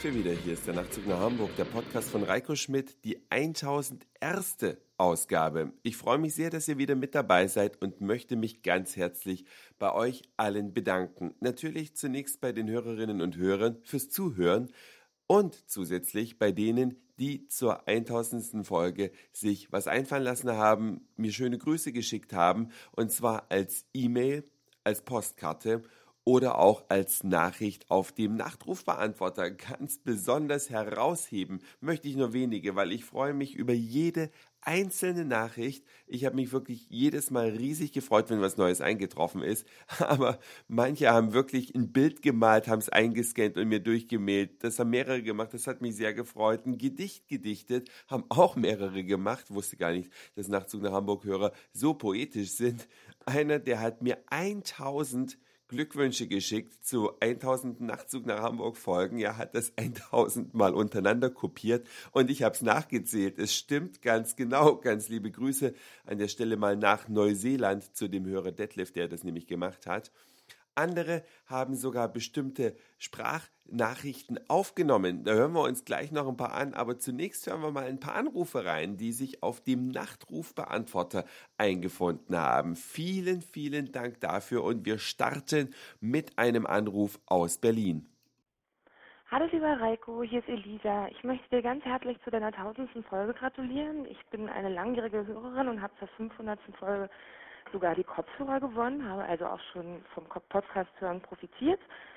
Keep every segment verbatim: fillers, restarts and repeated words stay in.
sind wir wieder. Hier ist der Nachtzug nach Hamburg, der Podcast von Reiko Schmidt, die tausendunderste Ausgabe. Ich freue mich sehr, dass ihr wieder mit dabei seid und möchte mich ganz herzlich bei euch allen bedanken. Natürlich zunächst bei den Hörerinnen und Hörern fürs Zuhören und zusätzlich bei denen, die zur tausendsten Folge sich was einfallen lassen haben, mir schöne Grüße geschickt haben, und zwar als E-Mail, als Postkarte oder auch als Nachricht auf dem Nachtrufbeantworter. Ganz besonders herausheben möchte ich nur wenige, weil ich freue mich über jede einzelne Nachricht. Ich habe mich wirklich jedes Mal riesig gefreut, wenn was Neues eingetroffen ist. Aber manche haben wirklich ein Bild gemalt, haben es eingescannt und mir durchgemailt. Das haben mehrere gemacht, das hat mich sehr gefreut. Ein Gedicht gedichtet, haben auch mehrere gemacht. Wusste gar nicht, dass Nachtzug nach Hamburg-Hörer so poetisch sind. Einer, der hat mir tausend Glückwünsche geschickt zu tausend Nachtzug nach Hamburg Folgen. Er hat das tausend Mal untereinander kopiert und ich habe es nachgezählt. Es stimmt ganz genau. Ganz liebe Grüße an der Stelle mal nach Neuseeland zu dem Hörer Detlef, der das nämlich gemacht hat. Andere haben sogar bestimmte Sprachnachrichten aufgenommen. Da hören wir uns gleich noch ein paar an, aber zunächst hören wir mal ein paar Anrufe rein, die sich auf dem Nachtrufbeantworter eingefunden haben. Vielen, vielen Dank dafür und wir starten mit einem Anruf aus Berlin. Hallo lieber Reiko, hier ist Elisa. Ich möchte dir ganz herzlich zu deiner tausendsten Folge gratulieren. Ich bin eine langjährige Hörerin und habe zur fünfhundertsten Folge sogar die Kopfhörer gewonnen, habe also auch schon vom Podcast-Hören profitiert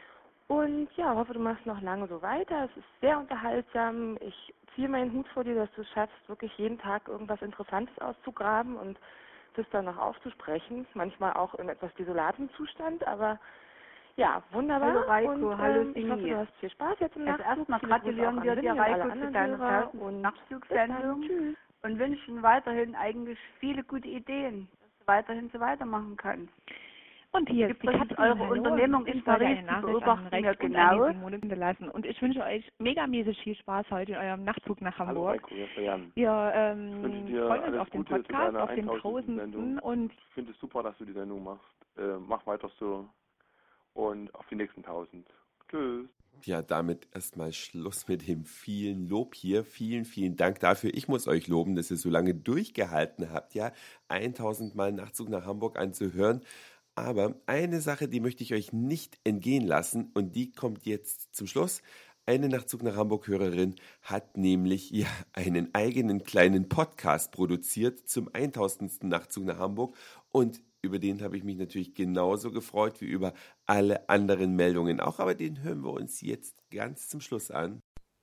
und ja, hoffe, du machst noch lange so weiter. Es ist sehr unterhaltsam. Ich ziehe meinen Hut vor dir, dass du es schaffst, wirklich jeden Tag irgendwas Interessantes auszugraben und das dann noch aufzusprechen. Manchmal auch in etwas desolatem Zustand, aber ja, wunderbar. Hallo Reiko, und, hallo ähm, ich hoffe, du hast viel Spaß jetzt im Also Nachtzug. erstmal gratulieren wir dir, Reiko, zu deiner und Nachtzugssendung Tschüss. und wünschen weiterhin eigentlich viele gute Ideen, dass du weiterhin so weitermachen kannst. Und hier ist die Übrigens, Katrin, eure hallo. Unternehmung Ich in wollte Paris, eine die Nachricht beobachten an wir Rex und genau. an die Simone hinterlassen. Und ich wünsche euch megamäßig viel Spaß heute in eurem Nachtzug nach Hallo Hamburg. Reiko, hier ist der Jan. Wir Ich ähm, wünsche dir freuen uns alles auf den Gute zu Podcast, deiner auf den tausendsten tausendsten Sendung. und Ich finde es super, dass du die Sendung machst. Äh, mach weiter so und auf die nächsten tausend. Tschüss. Ja, damit erstmal Schluss mit dem vielen Lob hier. Vielen, vielen Dank dafür. Ich muss euch loben, dass ihr so lange durchgehalten habt, ja, tausend Mal Nachtzug nach Hamburg anzuhören. Aber eine Sache, die möchte ich euch nicht entgehen lassen und die kommt jetzt zum Schluss. Eine Nachtzug nach Hamburg-Hörerin hat nämlich ja einen eigenen kleinen Podcast produziert zum tausendsten Nachtzug nach Hamburg und über den habe ich mich natürlich genauso gefreut wie über alle anderen Meldungen auch, aber den hören wir uns jetzt ganz zum Schluss an.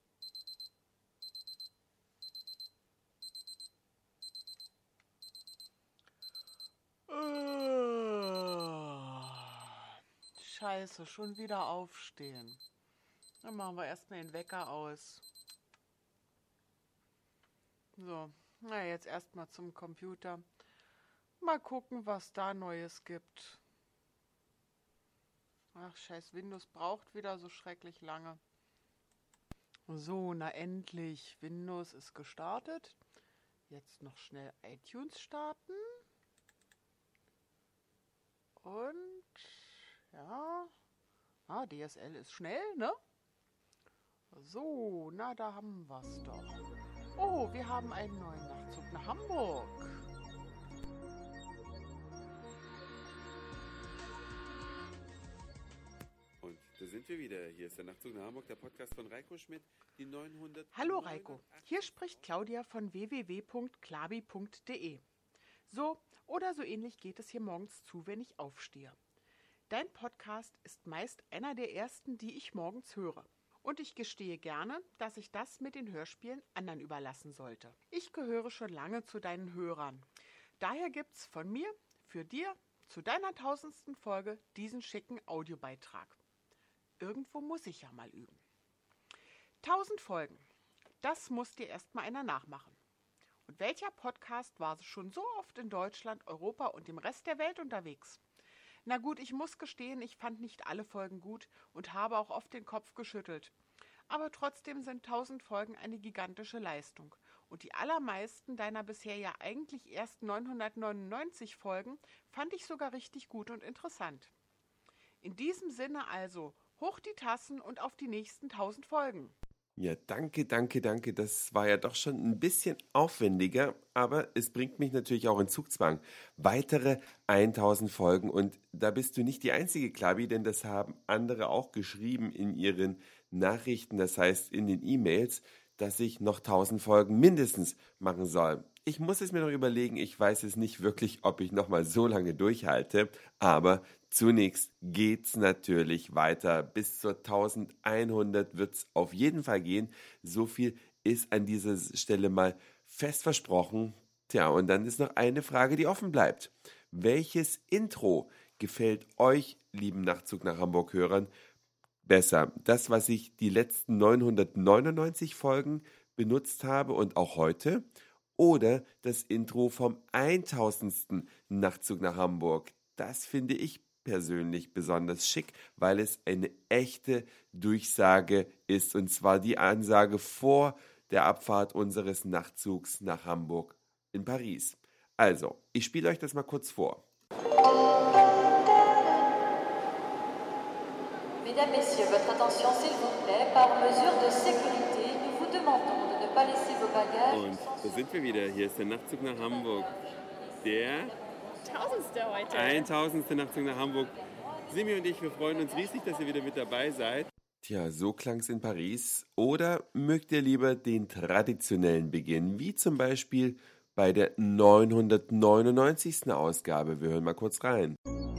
Scheiße, schon wieder aufstehen. Dann machen wir erstmal den Wecker aus. So, na jetzt erstmal zum Computer. Mal gucken, was da Neues gibt. Ach, scheiß Windows braucht wieder so schrecklich lange. So, na endlich. Windows ist gestartet. Jetzt noch schnell iTunes starten. Und, ja. Ah, D S L ist schnell, ne? So, na, da haben wir's doch. Oh, wir haben einen neuen Nachtzug nach Hamburg. Und da sind wir wieder. Hier ist der Nachtzug nach Hamburg, der Podcast von Reiko Schmidt, die neunhundert. Hallo Reiko, hier spricht Claudia von w w w punkt klabi punkt de. So oder so ähnlich geht es hier morgens zu, wenn ich aufstehe. Dein Podcast ist meist einer der ersten, die ich morgens höre. Und ich gestehe gerne, dass ich das mit den Hörspielen anderen überlassen sollte. Ich gehöre schon lange zu deinen Hörern. Daher gibt's von mir, für dir, zu deiner tausendsten Folge diesen schicken Audiobeitrag. Irgendwo muss ich ja mal üben. Tausend Folgen, das muss dir erstmal einer nachmachen. Und welcher Podcast war schon so oft in Deutschland, Europa und dem Rest der Welt unterwegs? Na gut, ich muss gestehen, ich fand nicht alle Folgen gut und habe auch oft den Kopf geschüttelt. Aber trotzdem sind tausend Folgen eine gigantische Leistung. Und die allermeisten deiner bisher ja eigentlich erst neunhundertneunundneunzig Folgen fand ich sogar richtig gut und interessant. In diesem Sinne also, hoch die Tassen und auf die nächsten tausend Folgen. Ja, danke, danke, danke. Das war ja doch schon ein bisschen aufwendiger, aber es bringt mich natürlich auch in Zugzwang. Weitere tausend Folgen und da bist du nicht die einzige, Klabi, denn das haben andere auch geschrieben in ihren Nachrichten, das heißt in den E-Mails, dass ich noch tausend Folgen mindestens machen soll. Ich muss es mir noch überlegen, ich weiß es nicht wirklich, ob ich noch mal so lange durchhalte, aber zunächst geht's natürlich weiter. Bis zur elfhundert wird's auf jeden Fall gehen. So viel ist an dieser Stelle mal fest versprochen. Tja, und dann ist noch eine Frage, die offen bleibt. Welches Intro gefällt euch, lieben Nachtzug nach Hamburg-Hörern, besser? Das, was ich die letzten neunhundertneunundneunzig Folgen benutzt habe und auch heute? Oder das Intro vom tausendsten Nachtzug nach Hamburg? Das finde ich persönlich besonders schick, weil es eine echte Durchsage ist. Und zwar die Ansage vor der Abfahrt unseres Nachtzugs nach Hamburg in Paris. Also, ich spiele euch das mal kurz vor. Mesdames, Messieurs, votre attention s'il vous plaît. Par mesure de sécurité, nous vous demandons de ne pas laisser vos bagages. Und da sind wir wieder. Hier ist der Nachtzug nach Hamburg. Der Tausendste heute. tausendste Nachtzug nach Hamburg. Simi und ich, wir freuen uns riesig, dass ihr wieder mit dabei seid. Tja, so klang's in Paris. Oder mögt ihr lieber den traditionellen Beginn, wie zum Beispiel bei der neunhundertneunundneunzigsten Ausgabe? Wir hören mal kurz rein.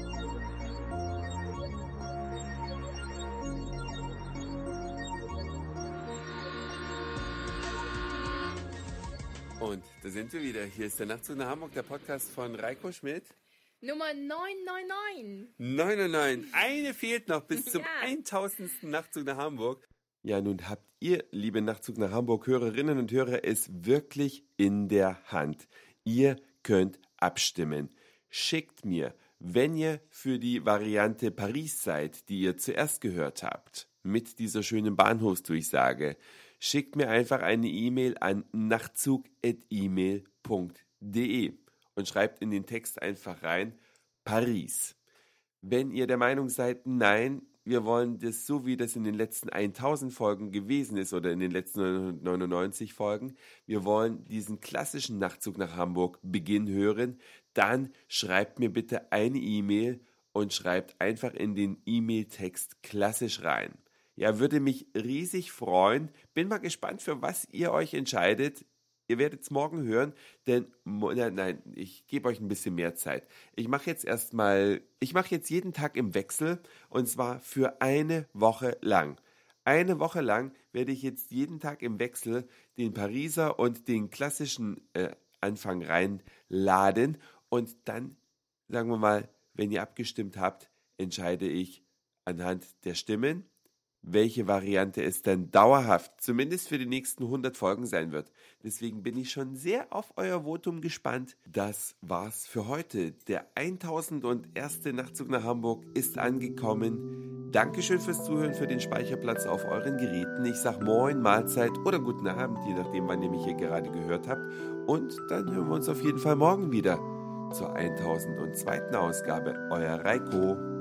Und da sind wir wieder. Hier ist der Nachtzug nach Hamburg, der Podcast von Reiko Schmidt. Nummer neunhundertneunundneunzig. neunundneunzig. Eine fehlt noch bis zum Ja. tausendsten Nachtzug nach Hamburg. Ja, nun habt ihr, liebe Nachtzug nach Hamburg Hörerinnen und Hörer, es wirklich in der Hand. Ihr könnt abstimmen. Schickt mir, wenn ihr für die Variante Paris seid, die ihr zuerst gehört habt, mit dieser schönen Bahnhofsdurchsage, schickt mir einfach eine E-Mail an nachtzug at e mail punkt de und schreibt in den Text einfach rein Paris. Wenn ihr der Meinung seid, nein, wir wollen das so, wie das in den letzten tausend Folgen gewesen ist oder in den letzten neunhundertneunundneunzig Folgen, wir wollen diesen klassischen Nachtzug nach Hamburg Beginn hören, dann schreibt mir bitte eine E-Mail und schreibt einfach in den E-Mail-Text klassisch rein. Ja, würde mich riesig freuen. Bin mal gespannt, für was ihr euch entscheidet. Ihr werdet es morgen hören, denn, nein, nein, ich gebe euch ein bisschen mehr Zeit. Ich mache jetzt erstmal, ich mache jetzt jeden Tag im Wechsel und zwar für eine Woche lang. Eine Woche lang werde ich jetzt jeden Tag im Wechsel den Pariser und den klassischen äh, Anfang reinladen und dann, sagen wir mal, wenn ihr abgestimmt habt, entscheide ich anhand der Stimmen, welche Variante es dann dauerhaft, zumindest für die nächsten hundert Folgen sein wird. Deswegen bin ich schon sehr auf euer Votum gespannt. Das war's für heute. Der tausendunderste Nachtzug nach Hamburg ist angekommen. Dankeschön fürs Zuhören, für den Speicherplatz auf euren Geräten. Ich sag Moin, Mahlzeit oder guten Abend, je nachdem, wann ihr mich hier gerade gehört habt. Und dann hören wir uns auf jeden Fall morgen wieder zur tausendzweiten Ausgabe. Euer Reiko.